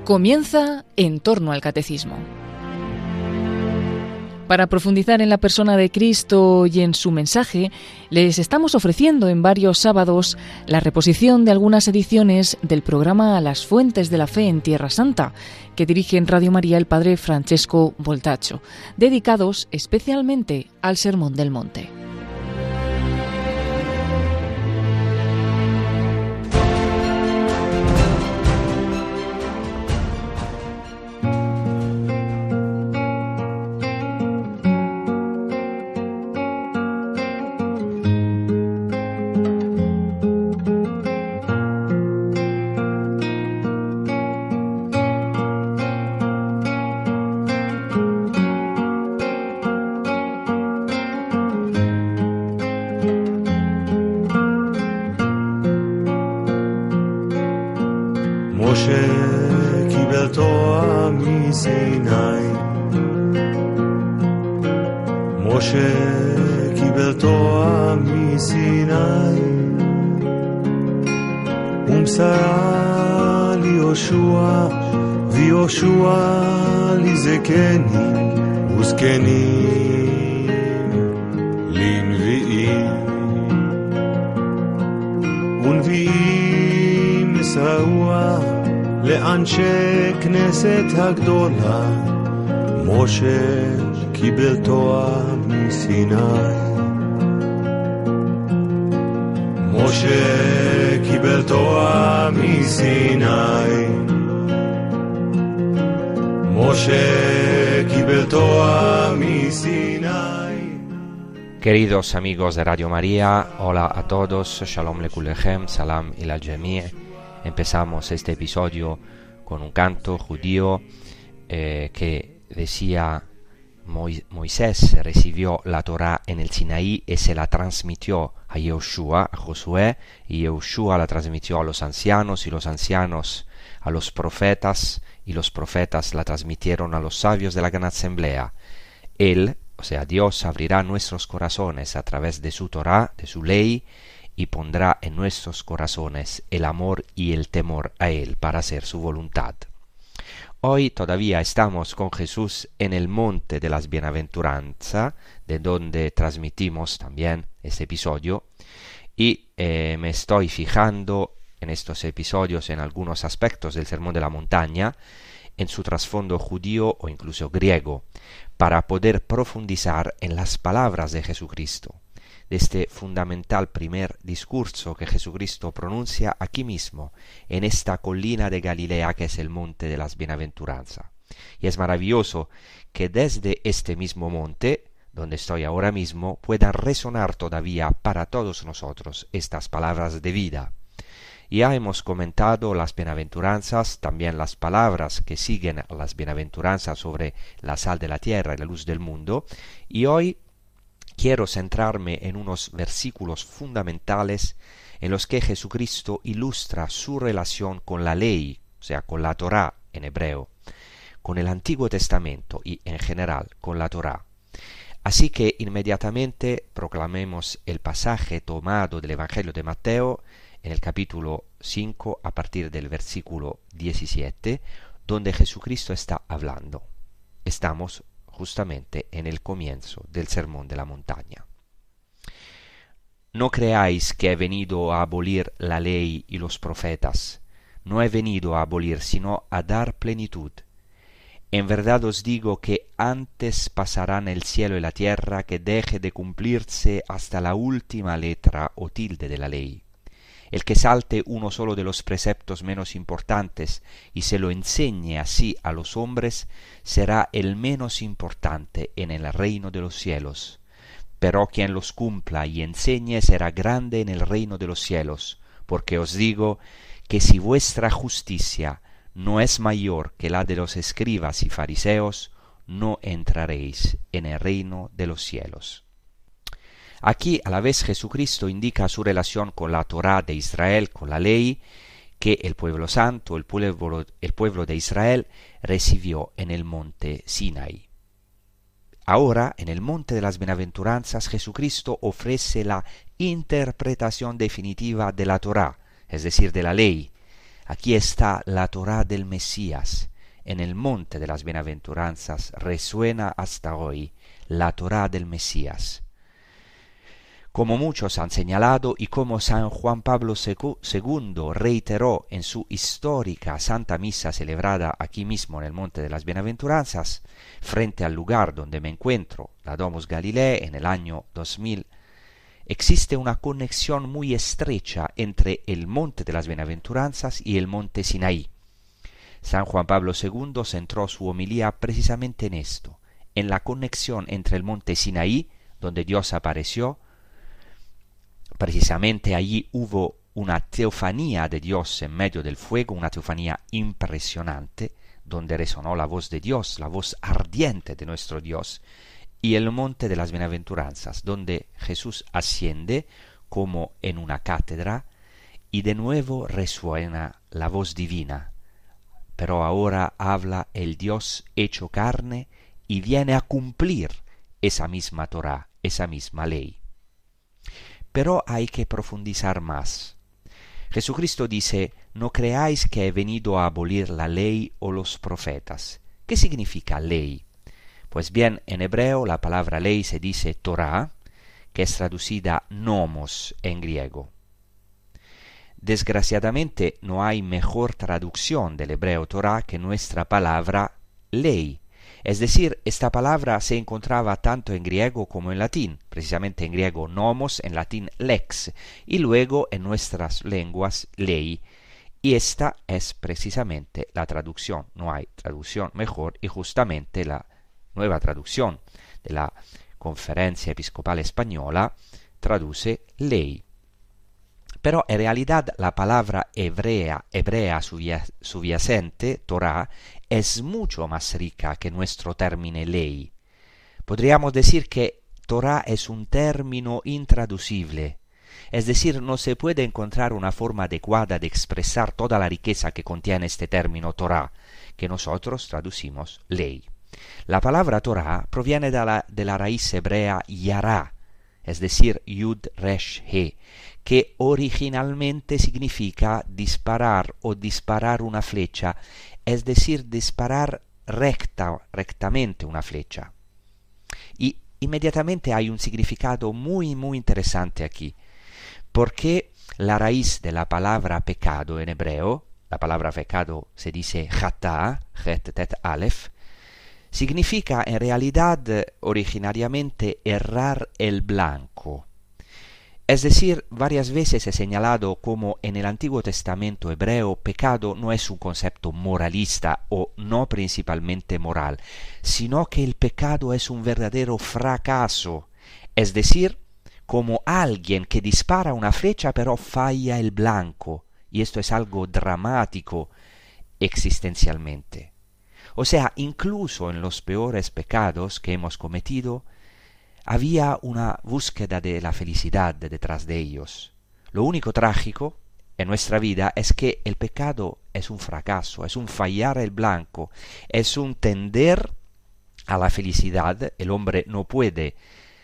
Comienza En torno al Catecismo. Para profundizar en la persona de Cristo y en su mensaje, les estamos ofreciendo en varios sábados la reposición de algunas ediciones del programa Las Fuentes de la Fe en Tierra Santa, que dirige en Radio María el padre Francesco Voltaccio, dedicados especialmente al Sermón del Monte. לאנשי כנסת הגדולה, משה קיבל תורה מסיני. משה קיבל תורה מסיני. משה קיבל תורה מסיני. Queridos amigos de Radio María, hola a todos, Shalom Lekulechem, Salam Ilal Jami'. Empezamos este episodio con un canto judío que decía: Moisés recibió la Torá en el Sinaí y se la transmitió a Yehoshua, a Josué, y Yehoshua la transmitió a los ancianos, y los ancianos a los profetas, y los profetas la transmitieron a los sabios de la gran asamblea. Él, o sea, Dios, abrirá nuestros corazones a través de su Torá, de su ley, y pondrá en nuestros corazones el amor y el temor a Él para hacer su voluntad. Hoy todavía estamos con Jesús en el monte de las bienaventuranzas, de donde transmitimos también este episodio, y me estoy fijando en estos episodios en algunos aspectos del Sermón de la Montaña, en su trasfondo judío o incluso griego, para poder profundizar en las palabras de Jesucristo, de este fundamental primer discurso que Jesucristo pronuncia aquí mismo, en esta colina de Galilea que es el monte de las bienaventuranzas. Y es maravilloso que desde este mismo monte, donde estoy ahora mismo, puedan resonar todavía para todos nosotros estas palabras de vida. Ya hemos comentado las bienaventuranzas, también las palabras que siguen a las bienaventuranzas sobre la sal de la tierra y la luz del mundo, y hoy quiero centrarme en unos versículos fundamentales en los que Jesucristo ilustra su relación con la ley, o sea, con la Torá en hebreo, con el Antiguo Testamento y en general con la Torá. Así que inmediatamente proclamemos el pasaje tomado del Evangelio de Mateo en el capítulo 5 a partir del versículo 17, donde Jesucristo está hablando. Estamos justamente en el comienzo del Sermón de la Montaña. No creáis que he venido a abolir la ley y los profetas. No he venido a abolir, sino a dar plenitud. En verdad os digo que antes pasarán el cielo y la tierra que deje de cumplirse hasta la última letra o tilde de la ley. El que salte uno solo de los preceptos menos importantes y se lo enseñe así a los hombres, será el menos importante en el reino de los cielos. Pero quien los cumpla y enseñe será grande en el reino de los cielos, porque os digo que si vuestra justicia no es mayor que la de los escribas y fariseos, no entraréis en el reino de los cielos. Aquí a la vez Jesucristo indica su relación con la Torá de Israel, con la ley que el pueblo santo, el pueblo de Israel, recibió en el monte Sinaí. Ahora, en el monte de las bienaventuranzas, Jesucristo ofrece la interpretación definitiva de la Torá, es decir, de la ley, Aquí está la Torá del Mesías. En el monte de las bienaventuranzas resuena hasta hoy la Torá del Mesías. Como muchos han señalado y como San Juan Pablo II reiteró en su histórica Santa Misa celebrada aquí mismo en el Monte de las Bienaventuranzas, frente al lugar donde me encuentro, la Domus Galilei, en el año 2000, existe una conexión muy estrecha entre el Monte de las Bienaventuranzas y el Monte Sinaí. San Juan Pablo II centró su homilía precisamente en esto, en la conexión entre el Monte Sinaí, donde Dios apareció. Precisamente allí hubo una teofanía de Dios en medio del fuego, una teofanía impresionante, donde resonó la voz de Dios, la voz ardiente de nuestro Dios, y el monte de las bienaventuranzas, donde Jesús asciende como en una cátedra, y de nuevo resuena la voz divina. Pero ahora habla el Dios hecho carne y viene a cumplir esa misma Torá, esa misma ley. Pero hay que profundizar más. Jesucristo dice, no creáis que he venido a abolir la ley o los profetas. ¿Qué significa ley? Pues bien, en hebreo la palabra ley se dice Torah, que es traducida nomos en griego. Desgraciadamente no hay mejor traducción del hebreo Torah que nuestra palabra ley. Es decir, esta palabra se encontraba tanto en griego como en latín, precisamente en griego nomos, en latín lex, y luego en nuestras lenguas ley. Y esta es precisamente la traducción, no hay traducción mejor, y justamente la nueva traducción de la Conferencia Episcopal Española traduce ley. Pero en realidad la palabra hebrea subyacente, Torah, es mucho más rica que nuestro término ley. Podríamos decir que Torah es un término intraducible, es decir, no se puede encontrar una forma adecuada de expresar toda la riqueza que contiene este término Torah, que nosotros traducimos ley. La palabra Torah proviene de la raíz hebrea yará, es decir, Yud Resh He, que originalmente significa disparar o disparar una flecha, es decir, disparar rectamente una flecha. Y inmediatamente hay un significado muy interesante aquí, porque la raíz de la palabra pecado en hebreo, la palabra pecado se dice chatá, het tet alef, significa en realidad originariamente errar el blanco. Es decir, varias veces he señalado como en el Antiguo Testamento hebreo pecado no es un concepto moralista o no principalmente moral, sino que el pecado es un verdadero fracaso, es decir, como alguien que dispara una flecha pero falla el blanco, y esto es algo dramático existencialmente. O sea, incluso en los peores pecados que hemos cometido, había una búsqueda de la felicidad detrás de ellos. Lo único trágico en nuestra vida es que el pecado es un fracaso, es un fallar el blanco, es un tender a la felicidad. El hombre no puede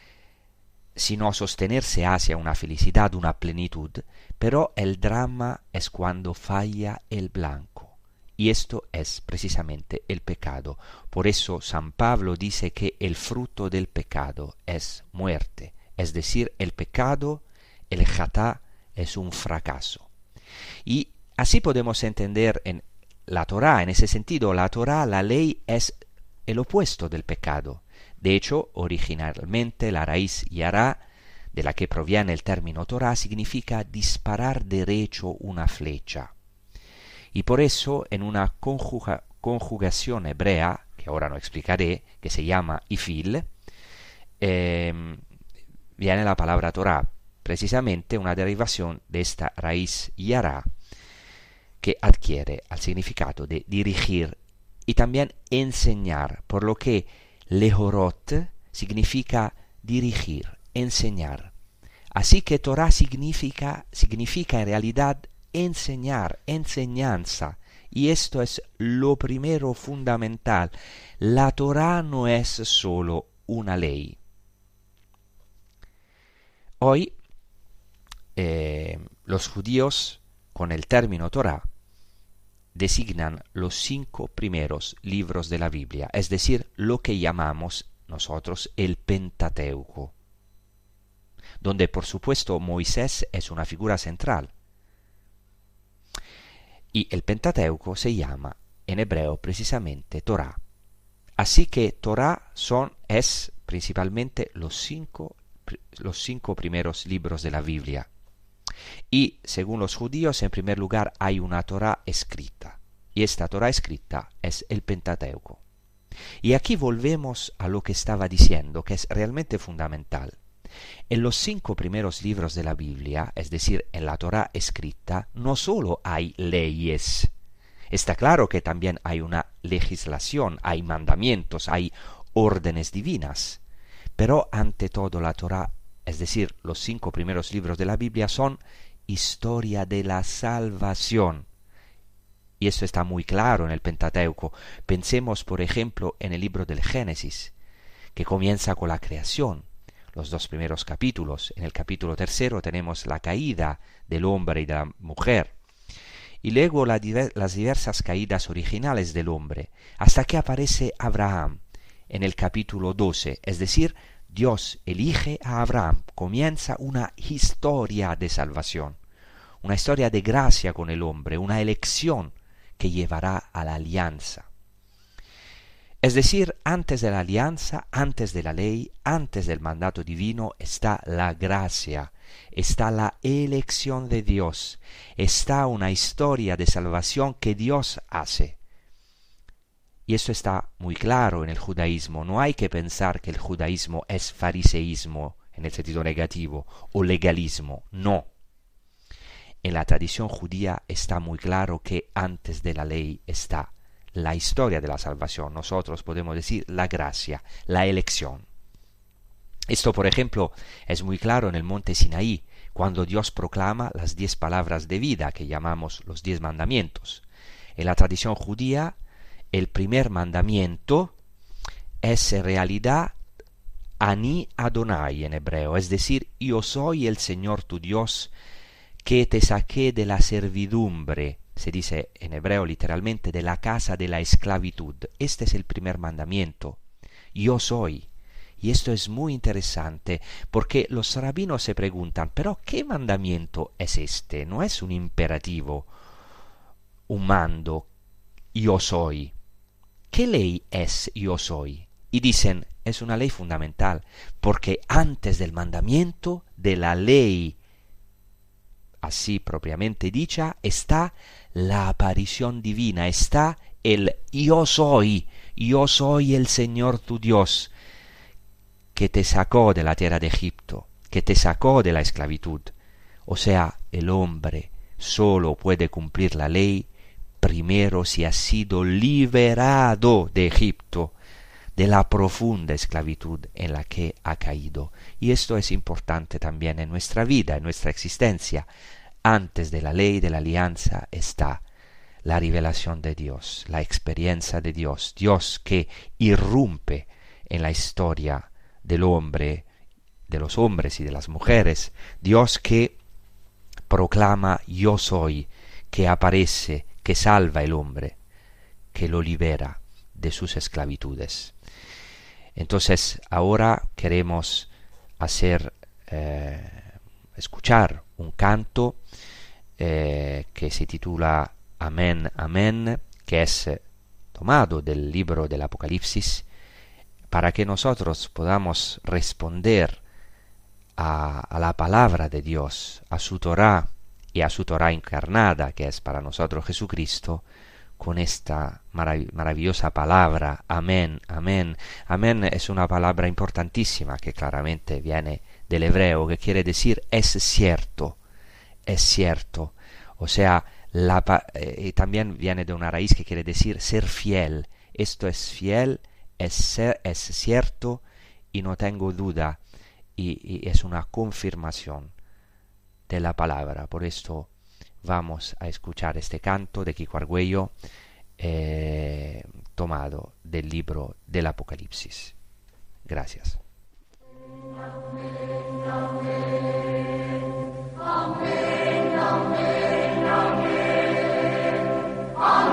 sino sostenerse hacia una felicidad, una plenitud, pero el drama es cuando falla el blanco. Y esto es precisamente el pecado. Por eso San Pablo dice que el fruto del pecado es muerte. Es decir, el pecado, el chatá, es un fracaso. Y así podemos entender en la Torá, en ese sentido, la Torá, la ley, es el opuesto del pecado. De hecho, originalmente la raíz yará, de la que proviene el término Torá, significa disparar derecho una flecha. Y por eso, en una conjugación hebrea, que ahora no explicaré, que se llama ifil, viene la palabra Torah, precisamente una derivación de esta raíz yará, que adquiere el significado de dirigir y también enseñar, por lo que lehorot significa dirigir, enseñar. Así que Torah significa en realidad enseñar, enseñanza, y esto es lo primero fundamental. La Torá no es solo una ley. Hoy los judíos, con el término Torá, designan los 5 primeros libros de la Biblia, es decir, lo que llamamos nosotros el Pentateuco, donde por supuesto Moisés es una figura central. Y el Pentateuco se llama en hebreo precisamente Torah. Así que Torah es principalmente los cinco primeros libros de la Biblia. Y según los judíos, en primer lugar, hay una Torah escrita. Y esta Torah escrita es el Pentateuco. Y aquí volvemos a lo que estaba diciendo, que es realmente fundamental. En los 5 primeros libros de la Biblia, es decir, en la Torah escrita, no solo hay leyes. Está claro que también hay una legislación, hay mandamientos, hay órdenes divinas. Pero ante todo la Torah, es decir, los 5 primeros libros de la Biblia son historia de la salvación. Y esto está muy claro en el Pentateuco. Pensemos, por ejemplo, en el libro del Génesis, que comienza con la creación. Los 2 primeros capítulos. En el capítulo 3 tenemos la caída del hombre y de la mujer. Y luego las diversas caídas originales del hombre, hasta que aparece Abraham en el capítulo 12. Es decir, Dios elige a Abraham. Comienza una historia de salvación, una historia de gracia con el hombre, una elección que llevará a la alianza. Es decir, antes de la alianza, antes de la ley, antes del mandato divino, está la gracia, está la elección de Dios, está una historia de salvación que Dios hace. Y esto está muy claro en el judaísmo. No hay que pensar que el judaísmo es fariseísmo en el sentido negativo o legalismo. No. En la tradición judía está muy claro que antes de la ley está la historia de la salvación. Nosotros podemos decir la gracia, la elección. Esto, por ejemplo, es muy claro en el monte Sinaí, cuando Dios proclama las 10 palabras de vida que llamamos los 10 mandamientos. En la tradición judía, el primer mandamiento es en realidad Ani Adonai en hebreo, es decir, yo soy el Señor tu Dios que te saqué de la servidumbre. Se dice en hebreo literalmente de la casa de la esclavitud. Este es el primer mandamiento. Yo soy. Y esto es muy interesante porque los rabinos se preguntan, ¿pero qué mandamiento es este? No es un imperativo, un mando, yo soy. ¿Qué ley es yo soy? Y dicen, es una ley fundamental, porque antes del mandamiento, de la ley, así propiamente dicha, está la aparición divina, está el yo soy el Señor tu Dios, que te sacó de la tierra de Egipto, que te sacó de la esclavitud. O sea, el hombre solo puede cumplir la ley primero si ha sido liberado de Egipto, de la profunda esclavitud en la que ha caído. Y esto es importante también en nuestra vida, en nuestra existencia. Antes de la ley de la alianza está la revelación de Dios, la experiencia de Dios, Dios que irrumpe en la historia del hombre, de los hombres y de las mujeres, Dios que proclama yo soy, que aparece, que salva al hombre, que lo libera de sus esclavitudes. Entonces ahora queremos escuchar un canto que se titula Amén, Amén, que es tomado del libro del Apocalipsis, para que nosotros podamos responder a la palabra de Dios, a su Torah y a su Torah encarnada, que es para nosotros Jesucristo, con esta maravillosa palabra, amén, amén. Amén es una palabra importantísima que claramente viene del hebreo, que quiere decir es cierto, es cierto. O sea, también viene de una raíz que quiere decir ser fiel. Esto es fiel, es cierto y no tengo duda. Y es una confirmación de la palabra. Por esto vamos a escuchar este canto de Kiko Argüello, tomado del libro del Apocalipsis. Gracias. Amén, amén, amén, amén, amén.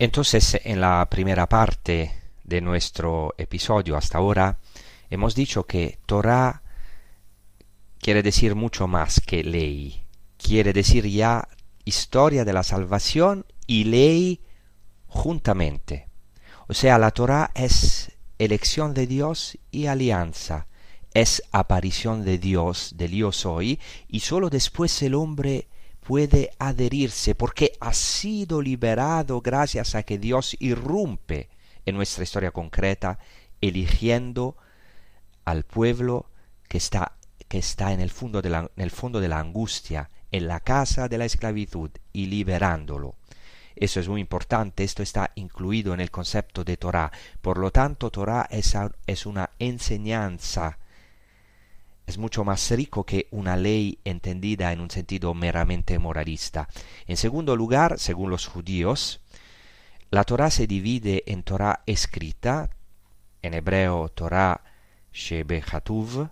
Entonces, en la primera parte de nuestro episodio hasta ahora, hemos dicho que Torah quiere decir mucho más que ley. Quiere decir ya historia de la salvación y ley juntamente. O sea, la Torah es elección de Dios y alianza. Es aparición de Dios, del yo soy, y solo después el hombre puede adherirse porque ha sido liberado gracias a que Dios irrumpe en nuestra historia concreta, eligiendo al pueblo que está en el fondo de la angustia, en la casa de la esclavitud, y liberándolo. Eso es muy importante, esto está incluido en el concepto de Torah. Por lo tanto, Torah es una enseñanza. Es mucho más rico que una ley entendida en un sentido meramente moralista. En segundo lugar, según los judíos, la Torah se divide en Torah escrita, en hebreo Torah Shebehatuv,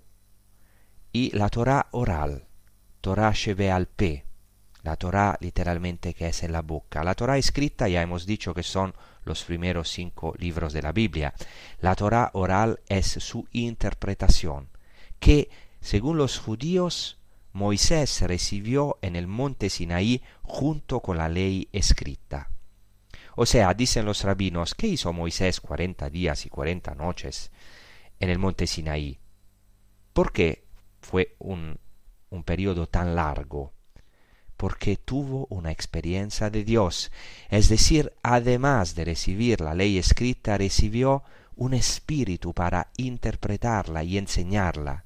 y la Torah oral, Torah Shebe'al Peh, la Torah literalmente que es en la boca. La Torah escrita ya hemos dicho que son los primeros 5 libros de la Biblia. La Torah oral es su interpretación, que según los judíos Moisés recibió en el monte Sinaí junto con la ley escrita. O sea, dicen los rabinos, ¿qué hizo Moisés 40 días y 40 noches en el monte Sinaí? ¿Por qué fue un periodo tan largo? Porque tuvo una experiencia de Dios. Es decir, además de recibir la ley escrita, recibió un espíritu para interpretarla y enseñarla.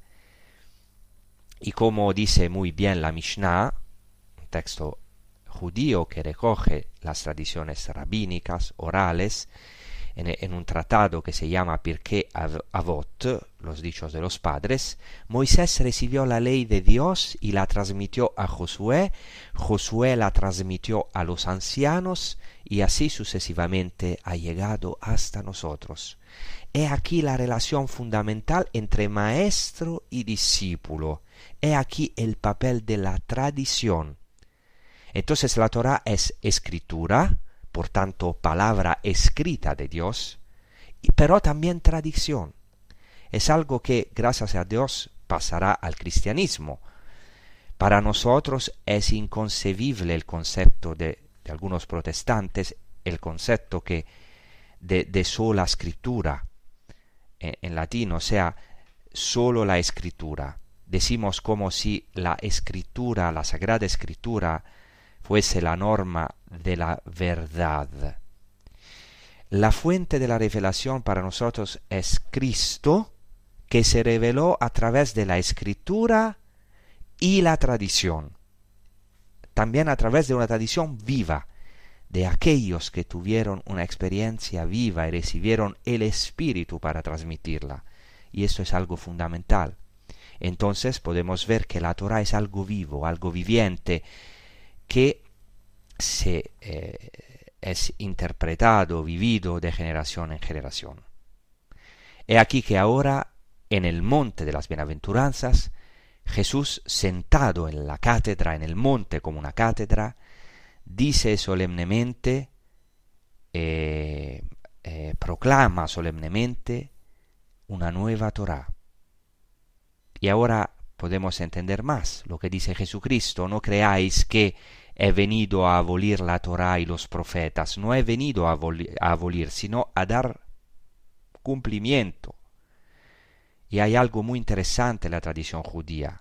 Y como dice muy bien la Mishnah, un texto judío que recoge las tradiciones rabínicas, orales, en un tratado que se llama Pirkei Avot, los dichos de los padres, Moisés recibió la ley de Dios y la transmitió a Josué, Josué la transmitió a los ancianos y así sucesivamente ha llegado hasta nosotros. He aquí la relación fundamental entre maestro y discípulo. He aquí el papel de la tradición. Entonces la Torah es escritura, por tanto palabra escrita de Dios, pero también tradición. Es algo que, gracias a Dios, pasará al cristianismo. Para nosotros es inconcebible el concepto de algunos protestantes, el concepto que de sola escritura, en latín, o sea, solo la escritura. Decimos como si la escritura, la Sagrada Escritura, fuese la norma de la verdad. La fuente de la revelación para nosotros es Cristo, que se reveló a través de la Escritura y la tradición. También a través de una tradición viva, de aquellos que tuvieron una experiencia viva y recibieron el Espíritu para transmitirla. Y esto es algo fundamental. Entonces podemos ver que la Torah es algo vivo, algo viviente, que es interpretado, vivido de generación en generación. He aquí que ahora, en el monte de las bienaventuranzas, Jesús, sentado en la cátedra, en el monte como una cátedra, dice solemnemente, proclama solemnemente una nueva Torah. Y ahora podemos entender más lo que dice Jesucristo. No creáis que he venido a abolir la Torah y los profetas. No he venido a abolir, sino a dar cumplimiento. Y hay algo muy interesante en la tradición judía.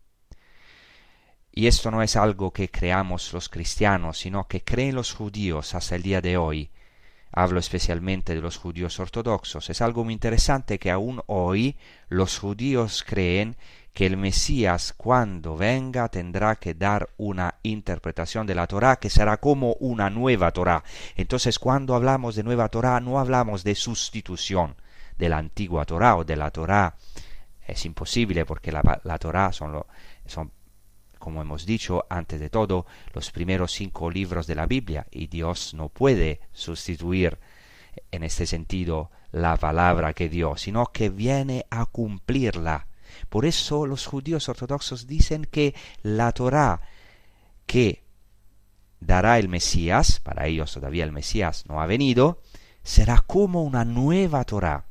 Y esto no es algo que creamos los cristianos, sino que creen los judíos hasta el día de hoy. Hablo especialmente de los judíos ortodoxos. Es algo muy interesante que aún hoy los judíos creen que el Mesías, cuando venga, tendrá que dar una interpretación de la Torá que será como una nueva Torá. Entonces, cuando hablamos de nueva Torá, no hablamos de sustitución de la antigua Torá o de la Torá. Es imposible porque la Torá son, como hemos dicho antes de todo, los primeros 5 libros de la Biblia, y Dios no puede sustituir en este sentido la palabra que dio, sino que viene a cumplirla. Por eso los judíos ortodoxos dicen que la Torá que dará el Mesías, para ellos todavía el Mesías no ha venido, será como una nueva Torá.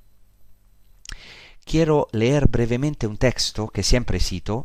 Quiero leer brevemente un texto que siempre cito,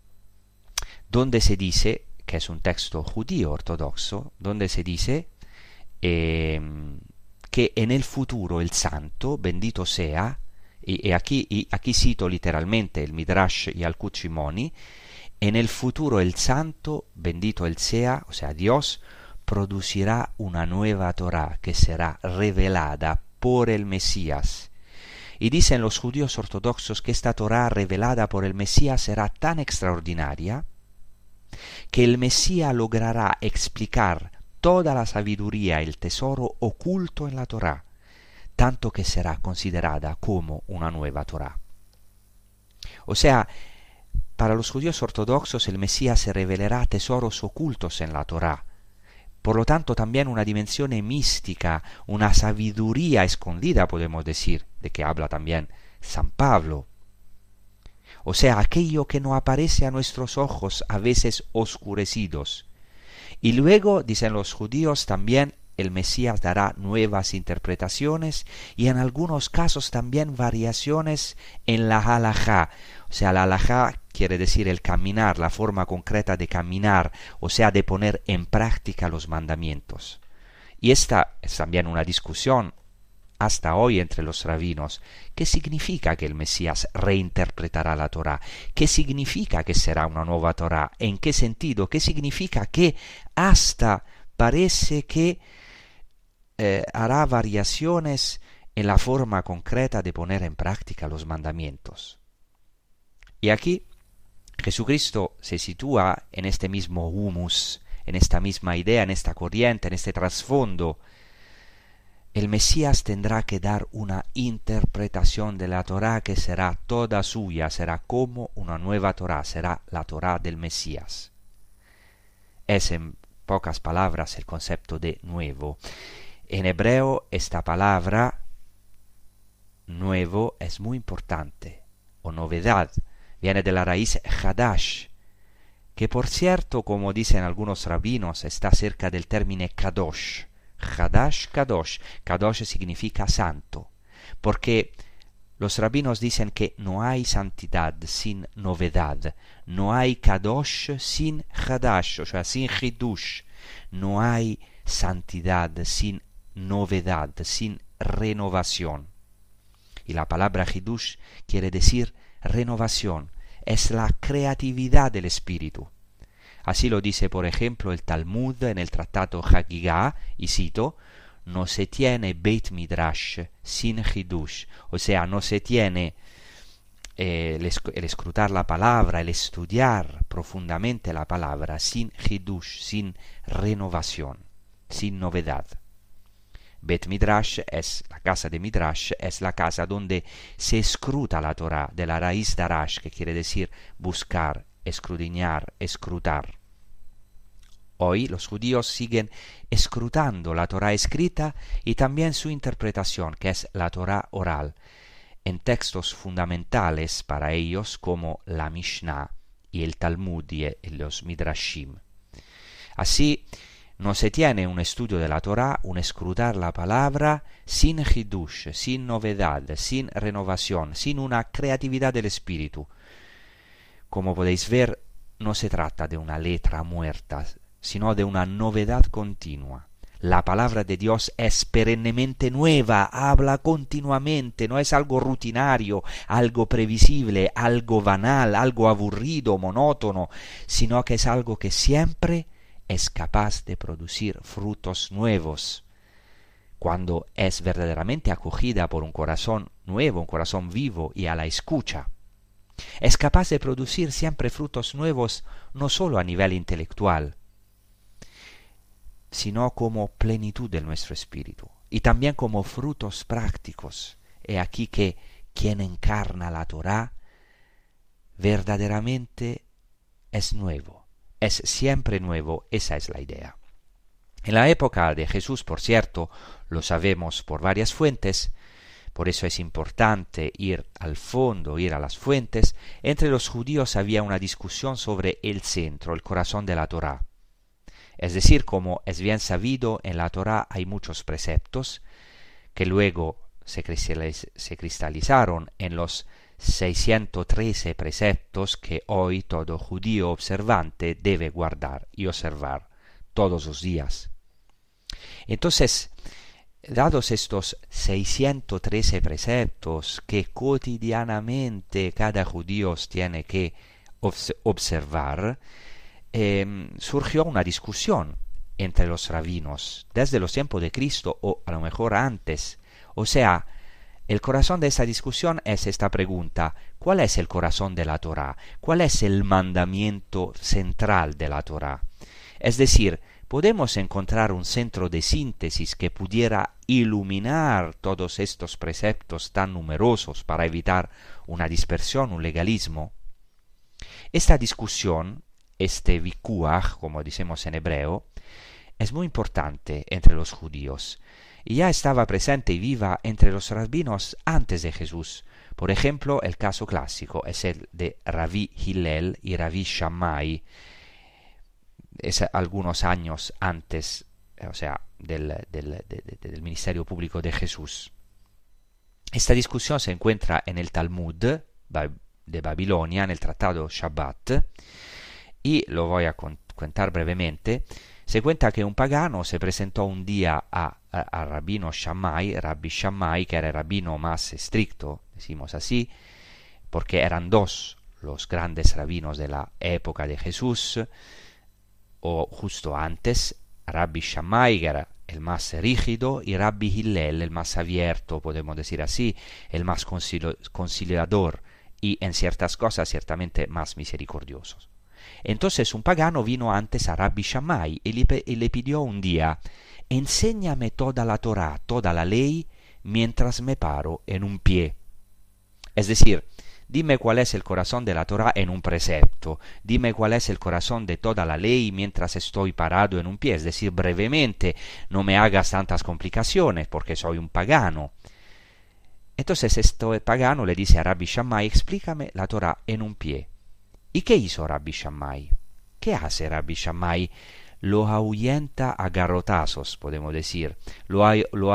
donde se dice, que es un texto judío ortodoxo, donde se dice que en el futuro el santo, bendito sea, y aquí cito literalmente el Midrash Yalkut Shimoni, en el futuro el santo, bendito él sea, o sea Dios, producirá una nueva Torá que será revelada por el Mesías. Y dicen los judíos ortodoxos que esta Torá revelada por el Mesías será tan extraordinaria que el Mesías logrará explicar toda la sabiduría, el tesoro oculto en la Torá, tanto que será considerada como una nueva Torá. O sea, para los judíos ortodoxos el Mesías se revelará tesoros ocultos en la Torá. Por lo tanto, también una dimensión mística, una sabiduría escondida, podemos decir, de que habla también San Pablo. O sea, aquello que no aparece a nuestros ojos, a veces oscurecidos. Y luego, dicen los judíos, también el Mesías dará nuevas interpretaciones y en algunos casos también variaciones en la halajá. O sea, la halajá quiere decir el caminar, la forma concreta de caminar, o sea, de poner en práctica los mandamientos. Y esta es también una discusión hasta hoy entre los rabinos. ¿Qué significa que el Mesías reinterpretará la Torá? ¿Qué significa que será una nueva Torá? ¿En qué sentido? ¿Qué significa que hasta parece que hará variaciones en la forma concreta de poner en práctica los mandamientos? Y aquí Jesucristo se sitúa en este mismo humus, en esta misma idea, en esta corriente, en este trasfondo. El Mesías tendrá que dar una interpretación de la Torá que será toda suya, será como una nueva Torá, será la Torá del Mesías. Es en pocas palabras el concepto de nuevo. En hebreo esta palabra nuevo es muy importante, o novedad, viene de la raíz Hadash, que por cierto, como dicen algunos rabinos, está cerca del término Kadosh. Hadash, Kadosh. Kadosh significa santo, porque los rabinos dicen que no hay santidad sin novedad, no hay Kadosh sin Hadash, o sea, sin Hidush, no hay santidad sin novedad, sin renovación. Y la palabra Hidush quiere decir renovación, es la creatividad del espíritu. Así lo dice, por ejemplo, el Talmud en el tratado Hagigah, y cito, no se tiene Beit Midrash sin Hidush, o sea, no se tiene el escrutar la palabra, el estudiar profundamente la palabra sin Hidush, sin renovación, sin novedad. Bet Midrash es la casa de Midrash, es la casa donde se escruta la Torá, de la raíz Darash, que quiere decir buscar, escudriñar, escrutar. Hoy los judíos siguen escrutando la Torá escrita y también su interpretación, que es la Torá oral, en textos fundamentales para ellos como la Mishnah y el Talmud y los Midrashim. Así, no se tiene un estudio de la Torá, un escrutar la palabra, sin hidush, sin novedad, sin renovación, sin una creatividad del espíritu. Como podéis ver, no se trata de una letra muerta, sino de una novedad continua. La palabra de Dios es perennemente nueva, habla continuamente, no es algo rutinario, algo previsible, algo banal, algo aburrido, monótono, sino que es algo que siempre es capaz de producir frutos nuevos, cuando es verdaderamente acogida por un corazón nuevo, un corazón vivo y a la escucha. Es capaz de producir siempre frutos nuevos, no solo a nivel intelectual, sino como plenitud de nuestro espíritu, y también como frutos prácticos. He aquí que quien encarna la Torá verdaderamente es nuevo. Es siempre nuevo, esa es la idea. En la época de Jesús, por cierto, lo sabemos por varias fuentes, por eso es importante ir al fondo, ir a las fuentes. Entre los judíos había una discusión sobre el centro, el corazón de la Torá. Es decir, como es bien sabido, en la Torá hay muchos preceptos que luego se cristalizaron en los 613 preceptos que hoy todo judío observante debe guardar y observar todos los días. Entonces, dados estos 613 preceptos que cotidianamente cada judío tiene que observar, surgió una discusión entre los rabinos desde los tiempos de Cristo o a lo mejor antes. O sea, el corazón de esta discusión es esta pregunta: ¿cuál es el corazón de la Torá? ¿Cuál es el mandamiento central de la Torá? Es decir, ¿podemos encontrar un centro de síntesis que pudiera iluminar todos estos preceptos tan numerosos para evitar una dispersión, un legalismo? Esta discusión, este vikuach, como decimos en hebreo, es muy importante entre los judíos y ya estaba presente y viva entre los rabinos antes de Jesús. Por ejemplo, el caso clásico es el de Rabbi Hillel y Rabbi Shammai, es algunos años antes, o sea, del ministerio público de Jesús. Esta discusión se encuentra en el Talmud de Babilonia, en el Tratado Shabbat, y lo voy a contar brevemente. Se cuenta que un pagano se presentó un día a Rabbi Shammai, que era el rabino más estricto, decimos así, porque eran dos los grandes rabinos de la época de Jesús, o justo antes, Rabbi Shammai, que era el más rígido, y Rabbi Hillel, el más abierto, podemos decir así, el más conciliador, y en ciertas cosas ciertamente más misericordioso. Entonces un pagano vino antes a Rabbi Shammai y le pidió un día: enséñame toda la Torá, toda la ley, mientras me paro en un pie. Es decir, dime cuál es el corazón de la Torá en un precepto, dime cuál es el corazón de toda la ley mientras estoy parado en un pie, es decir, brevemente, no me hagas tantas complicaciones porque soy un pagano. Entonces este pagano le dice a Rabbi Shammai: explícame la Torá en un pie. ¿Y qué hizo Rabbi Shammai? ¿Qué hace Rabbi Shammai? Lo ahuyenta a garrotazos, podemos decir. Lo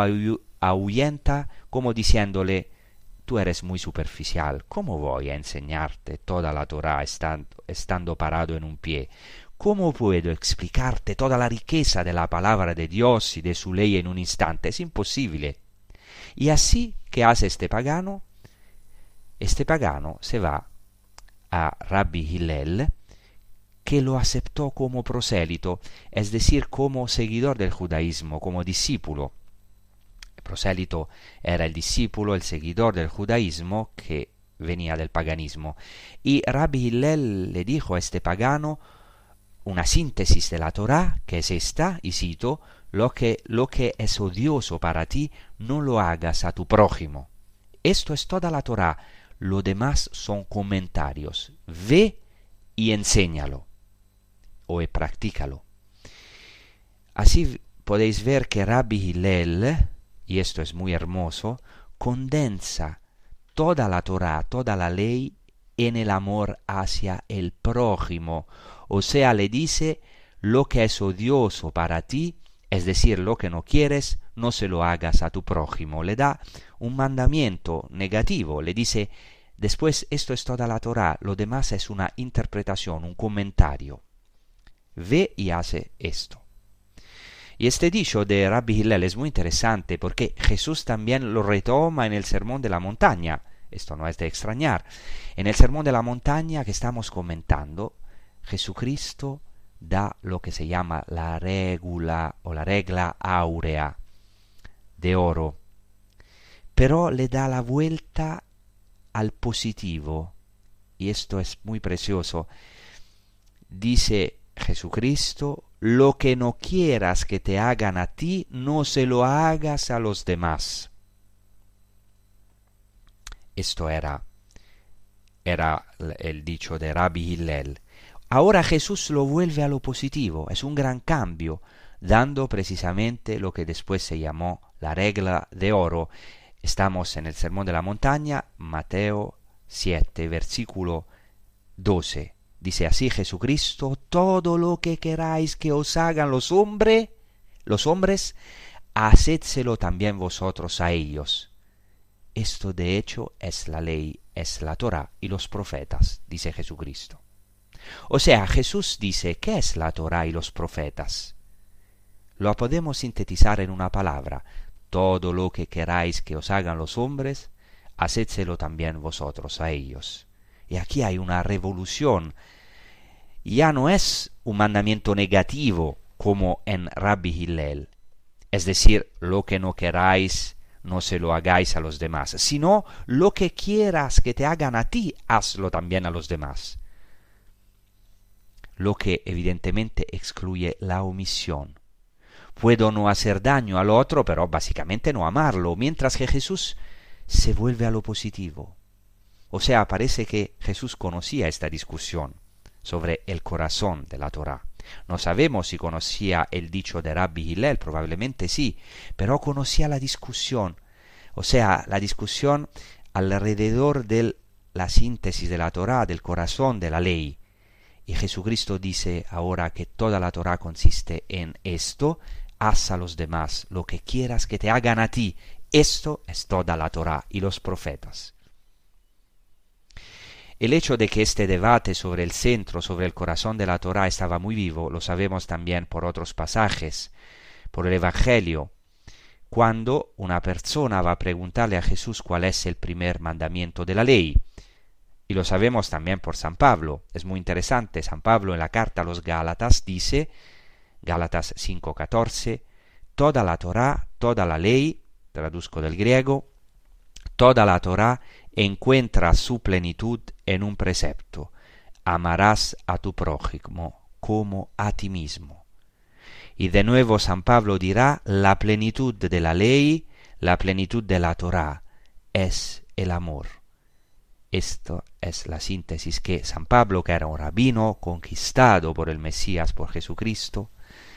ahuyenta como diciéndole: tú eres muy superficial, ¿cómo voy a enseñarte toda la Torá estando parado en un pie? ¿Cómo puedo explicarte toda la riqueza de la palabra de Dios y de su ley en un instante? Es imposible. Y así, ¿qué hace este pagano? Este pagano se va a Rabbi Hillel, que lo aceptó como prosélito, es decir, como seguidor del judaísmo, como discípulo. El prosélito era el discípulo, el seguidor del judaísmo que venía del paganismo. Y Rabbi Hillel le dijo a este pagano una síntesis de la Torá, que es esta, y cito: lo que es odioso para ti, no lo hagas a tu prójimo. Esto es toda la Torá. Lo demás son comentarios. Ve y enséñalo, o practícalo. Así podéis ver que Rabbi Hillel, y esto es muy hermoso, condensa toda la Torá, toda la ley, en el amor hacia el prójimo. O sea, le dice: lo que es odioso para ti, es decir, lo que no quieres, no se lo hagas a tu prójimo. Le da un mandamiento negativo, le dice: después esto es toda la Torá, lo demás es una interpretación, un comentario. Ve y hace esto. Y este dicho de Rabbi Hillel es muy interesante porque Jesús también lo retoma en el Sermón de la Montaña. Esto no es de extrañar. En el Sermón de la Montaña que estamos comentando, Jesucristo da lo que se llama la regula o la regla áurea de oro, pero le da la vuelta al positivo, y esto es muy precioso. Dice Jesucristo: lo que no quieras que te hagan a ti, no se lo hagas a los demás. Esto era el dicho de Rabbi Hillel. Ahora Jesús lo vuelve a lo positivo, es un gran cambio, dando precisamente lo que después se llamó la regla de oro. Estamos en el Sermón de la Montaña, Mateo 7, versículo 12. Dice así Jesucristo: todo lo que queráis que os hagan los hombres, hacédselo también vosotros a ellos. Esto de hecho es la ley, es la Torá y los profetas, dice Jesucristo. O sea, Jesús dice, ¿qué es la Torá y los profetas? Lo podemos sintetizar en una palabra: todo lo que queráis que os hagan los hombres, hacédselo también vosotros a ellos. Y aquí hay una revolución. Ya no es un mandamiento negativo como en Rabbi Hillel, es decir, lo que no queráis, no se lo hagáis a los demás, sino lo que quieras que te hagan a ti, hazlo también a los demás. Lo que evidentemente excluye la omisión. Puedo no hacer daño al otro, pero básicamente no amarlo, mientras que Jesús se vuelve a lo positivo. O sea, parece que Jesús conocía esta discusión sobre el corazón de la Torá. No sabemos si conocía el dicho de Rabbi Hillel, probablemente sí, pero conocía la discusión, o sea, la discusión alrededor de la síntesis de la Torá, del corazón de la ley. Y Jesucristo dice ahora que toda la Torá consiste en esto: haz a los demás lo que quieras que te hagan a ti. Esto es toda la Torá y los profetas. El hecho de que este debate sobre el centro, sobre el corazón de la Torá estaba muy vivo, lo sabemos también por otros pasajes, por el Evangelio, cuando una persona va a preguntarle a Jesús cuál es el primer mandamiento de la ley. Y lo sabemos también por San Pablo. Es muy interesante. San Pablo en la carta a los Gálatas dice, Gálatas 5:14, toda la Torá, toda la ley, traduzco del griego, toda la Torá encuentra su plenitud en un precepto: amarás a tu prójimo como a ti mismo. Y de nuevo San Pablo dirá, la plenitud de la ley, la plenitud de la Torá es el amor. Esto es la síntesis que San Pablo, que era un rabino conquistado por el Mesías, por Jesucristo,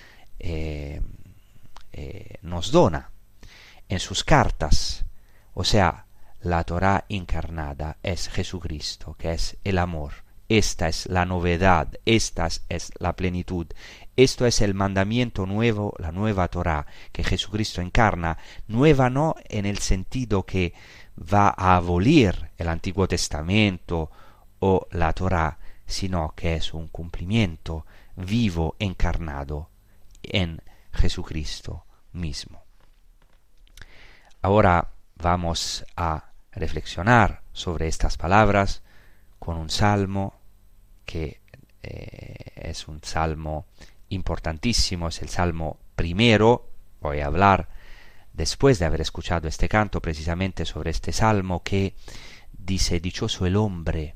nos dona en sus cartas. O sea, la Torá encarnada es Jesucristo, que es el amor. Esta es la novedad, esta es la plenitud. Esto es el mandamiento nuevo, la nueva Torá que Jesucristo encarna. Nueva no en el sentido que va a abolir el Antiguo Testamento o la Torá, sino que es un cumplimiento vivo, encarnado en Jesucristo mismo. Ahora vamos a reflexionar sobre estas palabras con un salmo que es un salmo importantísimo, es el Salmo primero. Voy a hablar después de haber escuchado este canto precisamente sobre este salmo que dice: dichoso el hombre,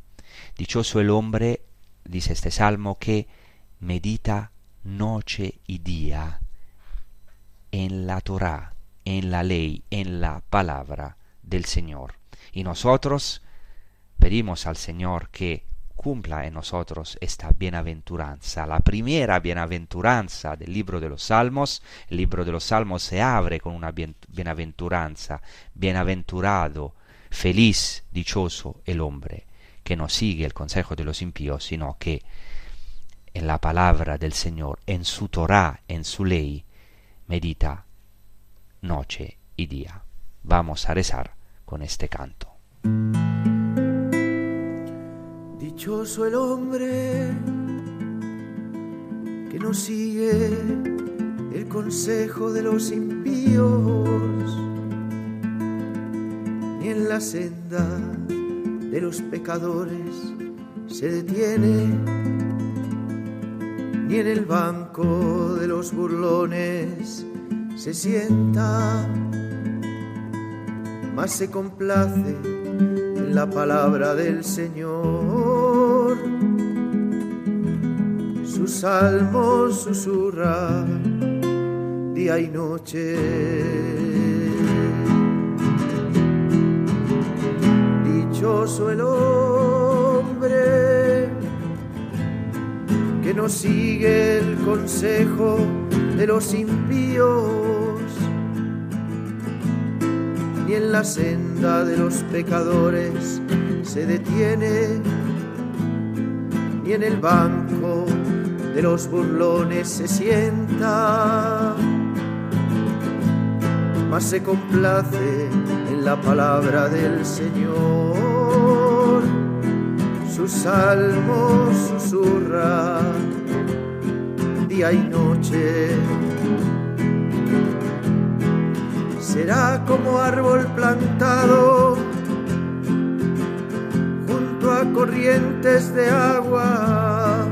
dice este salmo, que medita noche y día en la Torá, en la ley, en la palabra del Señor. Y nosotros pedimos al Señor que cumpla en nosotros esta bienaventuranza, la primera bienaventuranza del libro de los Salmos. El libro de los Salmos se abre con una bienaventuranza: bienaventurado, feliz, dichoso el hombre que no sigue el consejo de los impíos, sino que en la palabra del Señor, en su Torá, en su ley, medita noche y día. Vamos a rezar con este canto. Dichoso el hombre que no sigue el consejo de los impíos, ni en la senda de los pecadores se detiene, ni en el banco de los burlones se sienta, mas se complace en la palabra del Señor. Sus salmos susurra día y noche. Dichoso el hombre que no sigue el consejo de los impíos, ni en la senda de los pecadores se detiene, ni en el banco de los burlones se sienta, mas se complace en la palabra del Señor. Sus salmos susurra día y noche. Será como árbol plantado junto a corrientes de agua.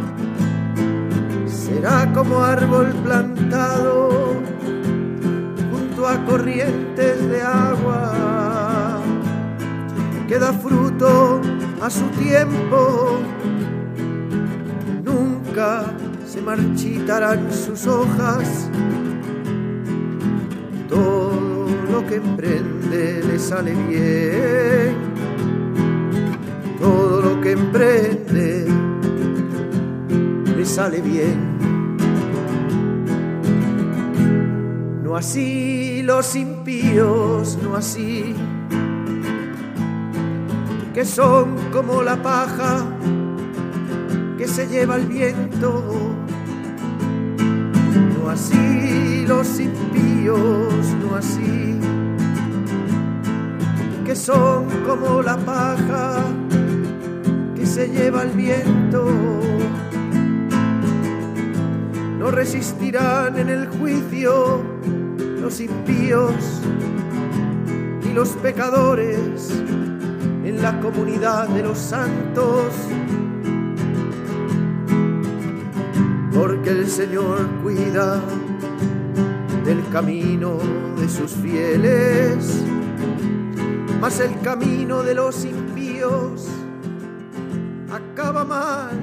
Será como árbol plantado junto a corrientes de agua, que da fruto a su tiempo, nunca se marchitarán sus hojas. Todo lo que emprende le sale bien, todo lo que emprende le sale bien. No así los impíos, no así, que son como la paja que se lleva el viento. No así los impíos, no así, que son como la paja que se lleva el viento. No resistirán en el juicio los impíos y los pecadores en la comunidad de los santos, porque el Señor cuida del camino de sus fieles, mas el camino de los impíos acaba mal,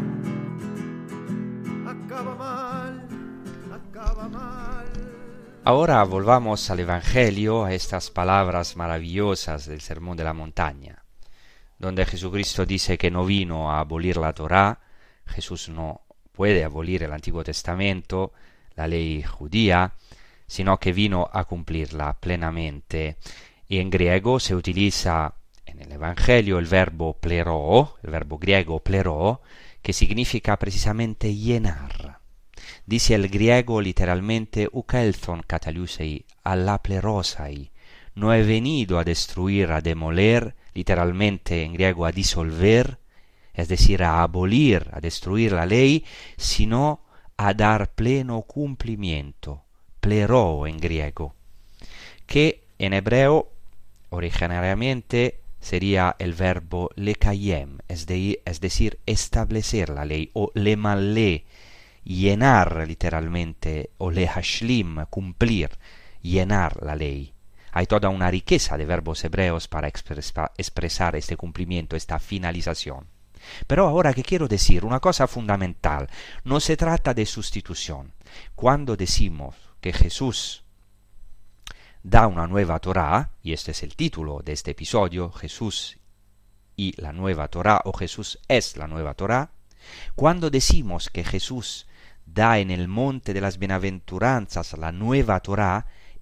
acaba mal, acaba mal. Ahora volvamos al Evangelio, a estas palabras maravillosas del Sermón de la Montaña, donde Jesucristo dice que no vino a abolir la Torá. Jesús no puede abolir el Antiguo Testamento, la ley judía, sino que vino a cumplirla plenamente. Y en griego se utiliza en el Evangelio el verbo plero, el verbo griego plero, que significa precisamente llenar. Dice el griego literalmente ukelthon kataliusei, alla plerosai. No he venido a destruir, a demoler, literalmente en griego a disolver, es decir, a abolir, a destruir la ley, sino a dar pleno cumplimiento, plero en griego, que en hebreo originariamente sería el verbo lekayem, es decir, establecer la ley, o lemalé, llenar literalmente, o lehashlim, cumplir, llenar la ley. Hay toda una riqueza de verbos hebreos para expresar este cumplimiento, esta finalización. Pero ahora que quiero decir una cosa fundamental, no se trata de sustitución. Cuando decimos que Jesús da una nueva Torá, y este es el título de este episodio, Jesús y la nueva Torá, o Jesús es la nueva Torá, cuando decimos que Jesús da en el monte de las bienaventuranzas la nueva Torá,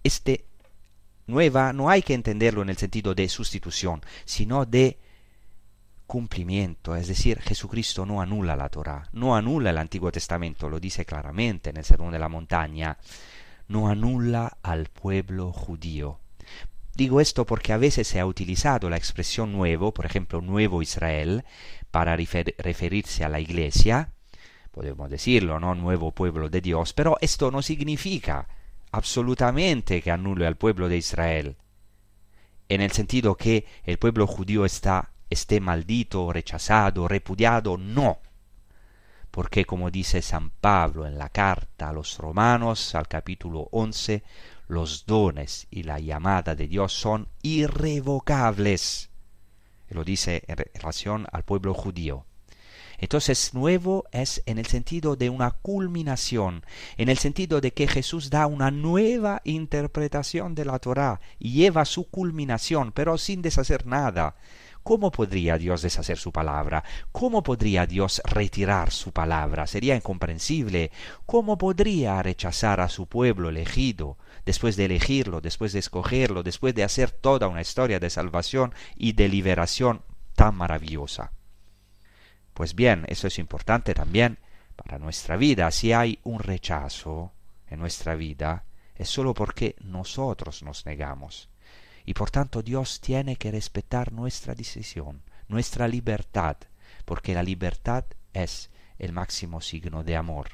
nueva no hay que entenderlo en el sentido de sustitución, sino de cumplimiento. Es decir, Jesucristo no anula la Torá, no anula el Antiguo Testamento, lo dice claramente en el Sermón de la Montaña, no anula al pueblo judío. Digo esto porque a veces se ha utilizado la expresión nuevo, por ejemplo, nuevo Israel, para referirse a la Iglesia, podemos decirlo, ¿no? Nuevo pueblo de Dios, pero esto no significa absolutamente que anule al pueblo de Israel, en el sentido que el pueblo judío esté maldito, rechazado, repudiado, no. Porque como dice San Pablo en la carta a los Romanos, al capítulo 11, los dones y la llamada de Dios son irrevocables. Y lo dice en relación al pueblo judío. Entonces, nuevo es en el sentido de una culminación, en el sentido de que Jesús da una nueva interpretación de la Torá y lleva su culminación, pero sin deshacer nada. ¿Cómo podría Dios deshacer su palabra? ¿Cómo podría Dios retirar su palabra? Sería incomprensible. ¿Cómo podría rechazar a su pueblo elegido, después de elegirlo, después de escogerlo, después de hacer toda una historia de salvación y de liberación tan maravillosa? Pues bien, eso es importante también para nuestra vida. Si hay un rechazo en nuestra vida, es solo porque nosotros nos negamos. Y por tanto Dios tiene que respetar nuestra decisión, nuestra libertad, porque la libertad es el máximo signo de amor.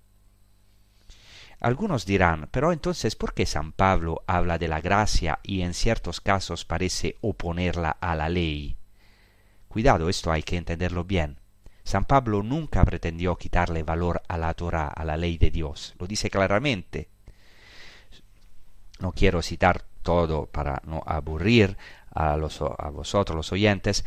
Algunos dirán, pero entonces, ¿por qué San Pablo habla de la gracia y en ciertos casos parece oponerla a la ley? Cuidado, esto hay que entenderlo bien. San Pablo nunca pretendió quitarle valor a la Torá, a la ley de Dios. Lo dice claramente. No quiero citar todo para no aburrir a vosotros los oyentes,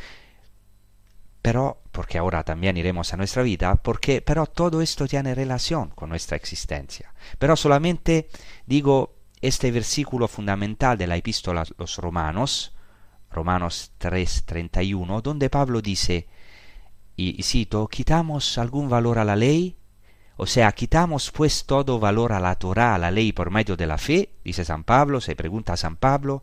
pero porque ahora también iremos a nuestra vida, pero todo esto tiene relación con nuestra existencia. Pero solamente digo este versículo fundamental de la epístola a los Romanos, Romanos 3:31, donde Pablo dice, y cito, ¿quitamos algún valor a la ley? O sea, ¿quitamos pues todo valor a la Torá, a la ley por medio de la fe? Dice San Pablo, se pregunta a San Pablo,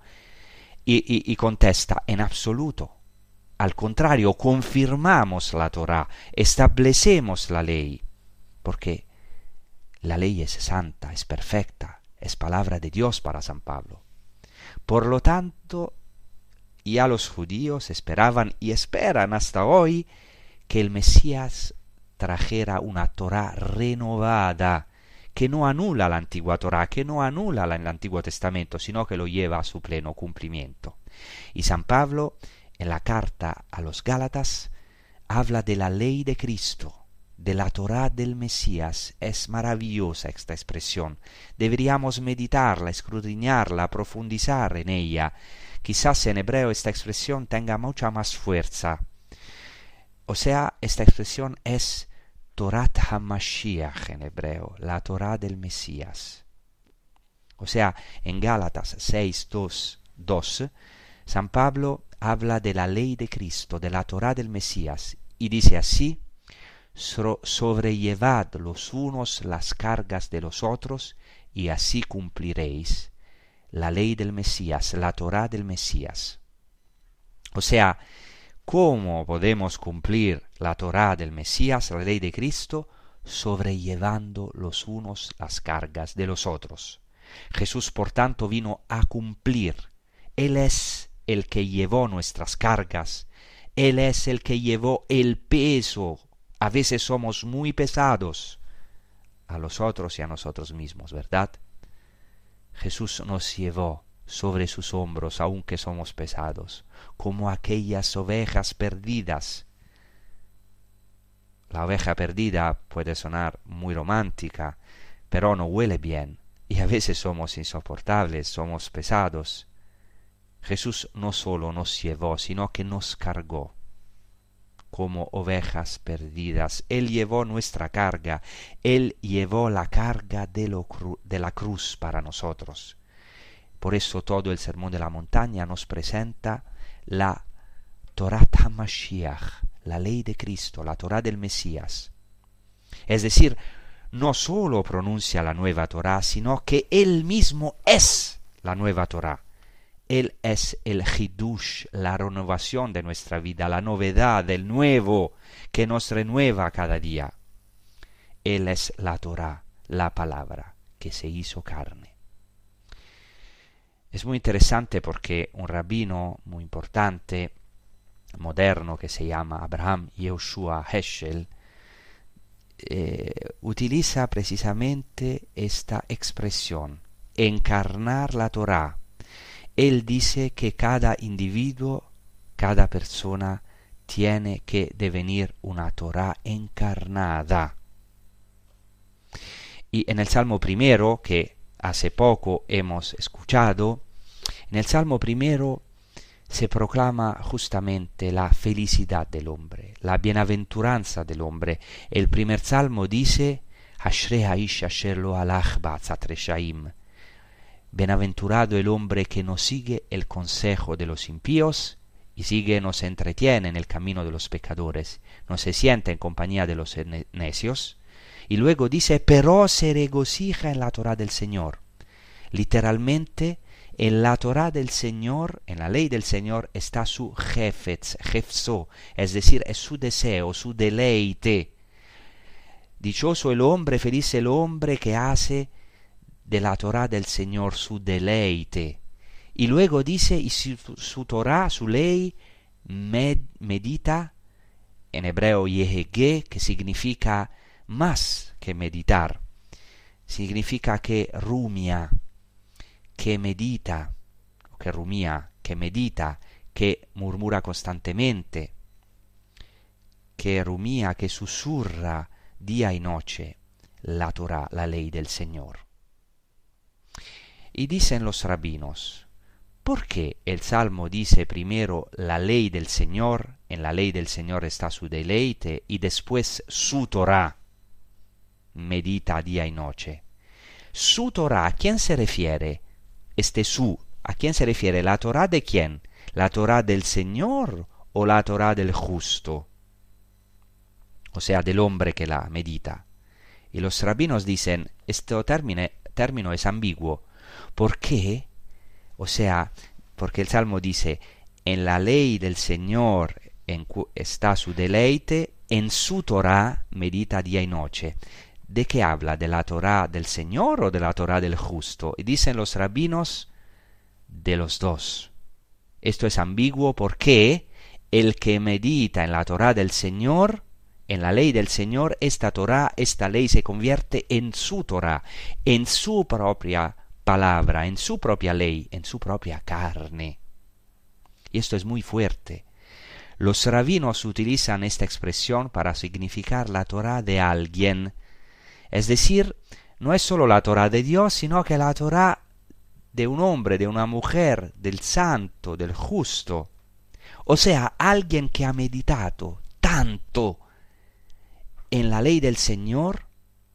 y contesta, en absoluto. Al contrario, confirmamos la Torá, establecemos la ley, porque la ley es santa, es perfecta, es palabra de Dios para San Pablo. Por lo tanto, ya los judíos esperaban y esperan hasta hoy que el Mesías trajera una Torá renovada, que no anula la antigua Torá, que no anula el Antiguo Testamento, sino que lo lleva a su pleno cumplimiento. Y San Pablo, en la carta a los Gálatas, habla de la ley de Cristo, de la Torá del Mesías. Es maravillosa esta expresión. Deberíamos meditarla, escudriñarla, profundizar en ella. Quizás en hebreo esta expresión tenga mucha más fuerza. O sea, esta expresión es Torat HaMashiach en hebreo, la Torá del Mesías. O sea, en Gálatas 6:2, San Pablo habla de la ley de Cristo, de la Torá del Mesías, y dice así, sobrellevad los unos las cargas de los otros, y así cumpliréis la ley del Mesías, la Torá del Mesías. O sea, ¿cómo podemos cumplir la Torá del Mesías, la ley de Cristo? Sobrellevando los unos las cargas de los otros. Jesús, por tanto, vino a cumplir. Él es el que llevó nuestras cargas. Él es el que llevó el peso. A veces somos muy pesados a los otros y a nosotros mismos, ¿verdad? Jesús nos llevó sobre sus hombros, aunque somos pesados, como aquellas ovejas perdidas. La oveja perdida puede sonar muy romántica, pero no huele bien, y a veces somos insoportables, somos pesados. Jesús no solo nos llevó, sino que nos cargó como ovejas perdidas. Él llevó nuestra carga, Él llevó la carga de la cruz para nosotros. Por eso todo el Sermón de la Montaña nos presenta la Torat HaMashiach, la ley de Cristo, la Torá del Mesías. Es decir, no solo pronuncia la nueva Torá, sino que Él mismo es la nueva Torá. Él es el Hidush, la renovación de nuestra vida, la novedad, el nuevo que nos renueva cada día. Él es la Torá, la palabra que se hizo carne. Es muy interesante porque un rabino muy importante, moderno, que se llama Abraham Yehoshua Heschel, utiliza precisamente esta expresión, encarnar la Torá. Él dice que cada individuo, cada persona, tiene que devenir una Torá encarnada. Y en el Salmo primero, que hace poco hemos escuchado, en el Salmo primero se proclama justamente la felicidad del hombre, la bienaventuranza del hombre. El primer salmo dice, Ashrei haish asher lo halach ba'atzat reshaim. Bienaventurado el hombre que no sigue el consejo de los impíos, y no se entretiene en el camino de los pecadores, no se sienta en compañía de los necios. Y luego dice, pero se regocija en la Torá del Señor. Literalmente, En la Torá del Señor, en la ley del Señor, está su jefzo, es decir, es su deseo, su deleite. Dichoso el hombre, feliz el hombre que hace de la Torá del Señor su deleite. Y luego dice, y su Torá, su ley, medita, en hebreo yehege, que significa más que meditar. Significa que rumia, que medita, que rumia, que medita, que murmura constantemente, que rumia, que susurra día y noche la Torá, la ley del Señor. Y dicen los rabinos, ¿por qué el Salmo dice primero la ley del Señor, en la ley del Señor está su deleite, y después su Torá, medita día y noche? Su Torá, ¿a quién se refiere? ¿A quién se refiere? ¿La Torá de quién? ¿La Torá del Señor o la Torá del justo? O sea, del hombre que la medita. Y los rabinos dicen, este término es ambiguo. ¿Por qué? O sea, porque el Salmo dice, en la ley del Señor está su deleite, en su Torá medita día y noche. ¿De qué habla? ¿De la Torá del Señor o de la Torá del justo? Y dicen los rabinos, de los dos. Esto es ambiguo porque el que medita en la Torá del Señor, en la ley del Señor, esta Torá, esta ley se convierte en su Torá, en su propia palabra, en su propia ley, en su propia carne. Y esto es muy fuerte. Los rabinos utilizan esta expresión para significar la Torá de alguien. Es decir, no es solo la Torá de Dios, sino que la Torá de un hombre, de una mujer, del santo, del justo. O sea, alguien que ha meditado tanto en la ley del Señor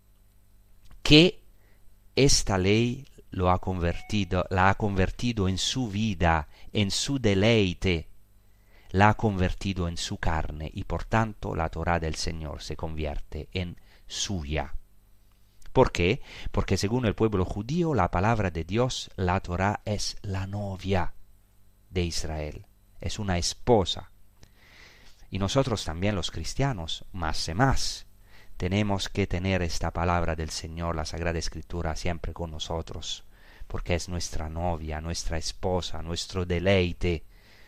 que esta ley la ha convertido en su vida, en su deleite, la ha convertido en su carne, y por tanto la Torá del Señor se convierte en suya. ¿Por qué? Porque según el pueblo judío, la palabra de Dios, la Torá, es la novia de Israel, es una esposa. Y nosotros también los cristianos, más y más, tenemos que tener esta palabra del Señor, la Sagrada Escritura, siempre con nosotros, porque es nuestra novia, nuestra esposa, nuestro deleite.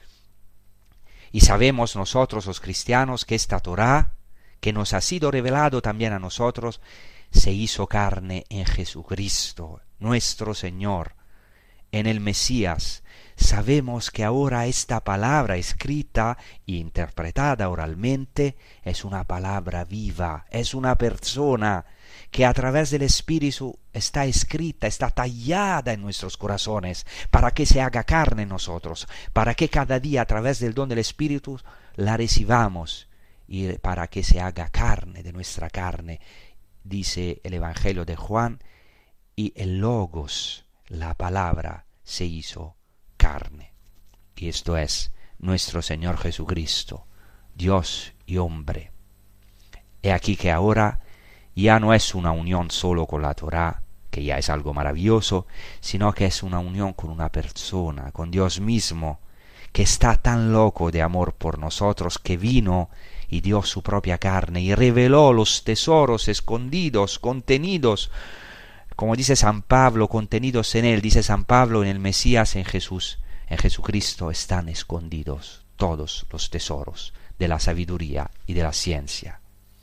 Y sabemos nosotros los cristianos que esta Torá, que nos ha sido revelado también a nosotros, se hizo carne en Jesucristo, nuestro Señor, en el Mesías. Sabemos que ahora esta palabra escrita e interpretada oralmente es una palabra viva, es una persona que a través del Espíritu está escrita, está tallada en nuestros corazones, para que se haga carne en nosotros, para que cada día a través del don del Espíritu la recibamos, y para que se haga carne de nuestra carne. Dice el Evangelio de Juan, y el Logos, la palabra, se hizo carne. Y esto es nuestro Señor Jesucristo, Dios y hombre. He aquí que ahora ya no es una unión solo con la Torá, que ya es algo maravilloso, sino que es una unión con una persona, con Dios mismo, que está tan loco de amor por nosotros, que vino y dio su propia carne y reveló los tesoros escondidos, contenidos, como dice San Pablo, contenidos en él. Dice San Pablo, en el Mesías, en Jesús, en Jesucristo están escondidos todos los tesoros de la sabiduría y de la ciencia.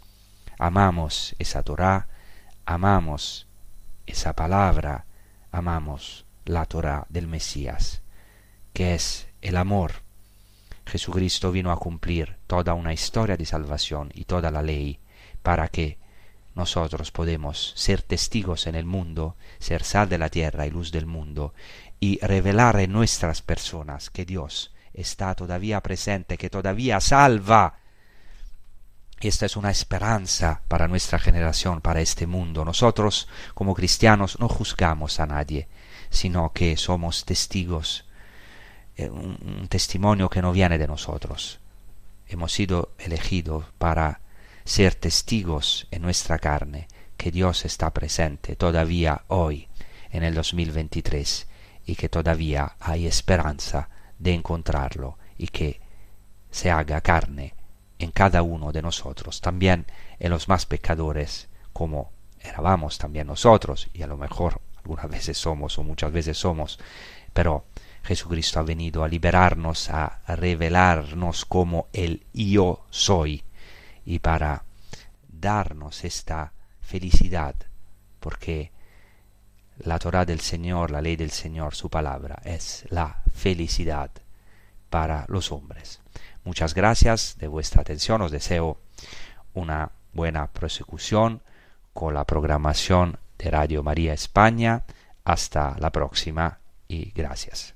Amamos esa Torá, amamos esa palabra, amamos la Torá del Mesías, que es el amor. Jesucristo vino a cumplir toda una historia de salvación y toda la ley, para que nosotros podemos ser testigos en el mundo, ser sal de la tierra y luz del mundo, y revelar en nuestras personas que Dios está todavía presente, que todavía salva. Esta es una esperanza para nuestra generación, para este mundo. Nosotros, como cristianos, no juzgamos a nadie, sino que somos testigos, un testimonio que no viene de nosotros. Hemos sido elegidos para ser testigos en nuestra carne, que Dios está presente todavía hoy, en el 2023, y que todavía hay esperanza de encontrarlo y que se haga carne en cada uno de nosotros, también en los más pecadores, como éramos también nosotros, y a lo mejor algunas veces somos o muchas veces somos, pero Jesucristo ha venido a liberarnos, a revelarnos como el yo soy, y para darnos esta felicidad, porque la Torá del Señor, la ley del Señor, su palabra, es la felicidad para los hombres. Muchas gracias de vuestra atención. Os deseo una buena prosecución con la programación de Radio María España. Hasta la próxima y gracias.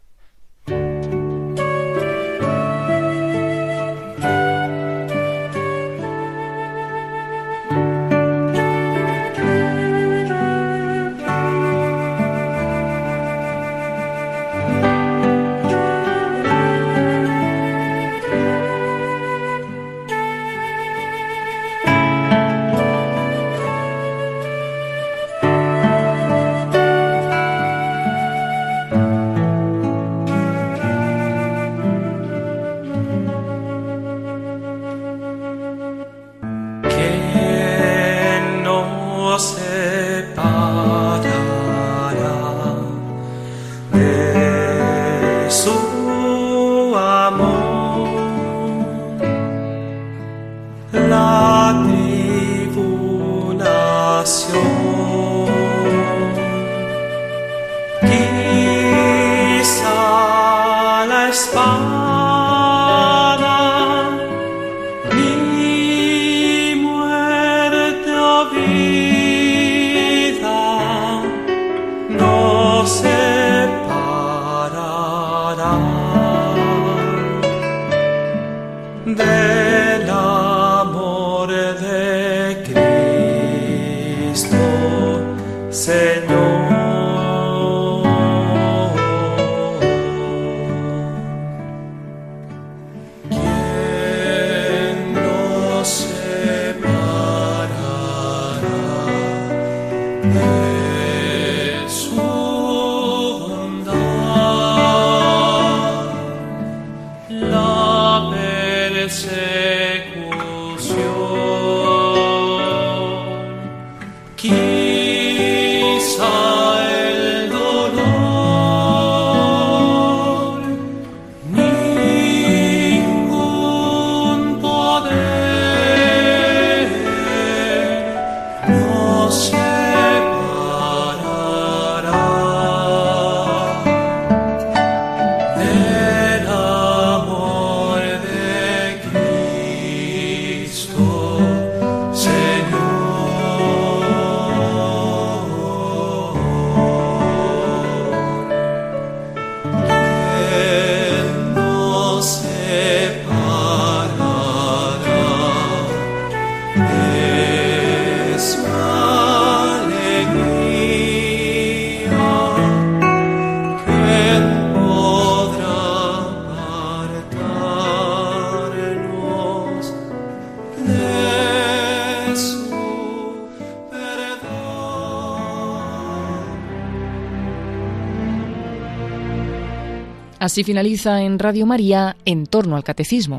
Así finaliza en Radio María En torno al Catecismo.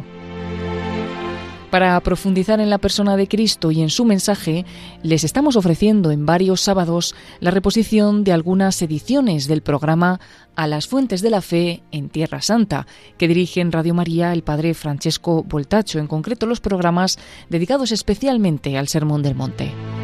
Para profundizar en la persona de Cristo y en su mensaje, les estamos ofreciendo en varios sábados la reposición de algunas ediciones del programa A las Fuentes de la Fe en Tierra Santa, que dirige en Radio María el padre Francesco Voltacho, en concreto los programas dedicados especialmente al Sermón del Monte.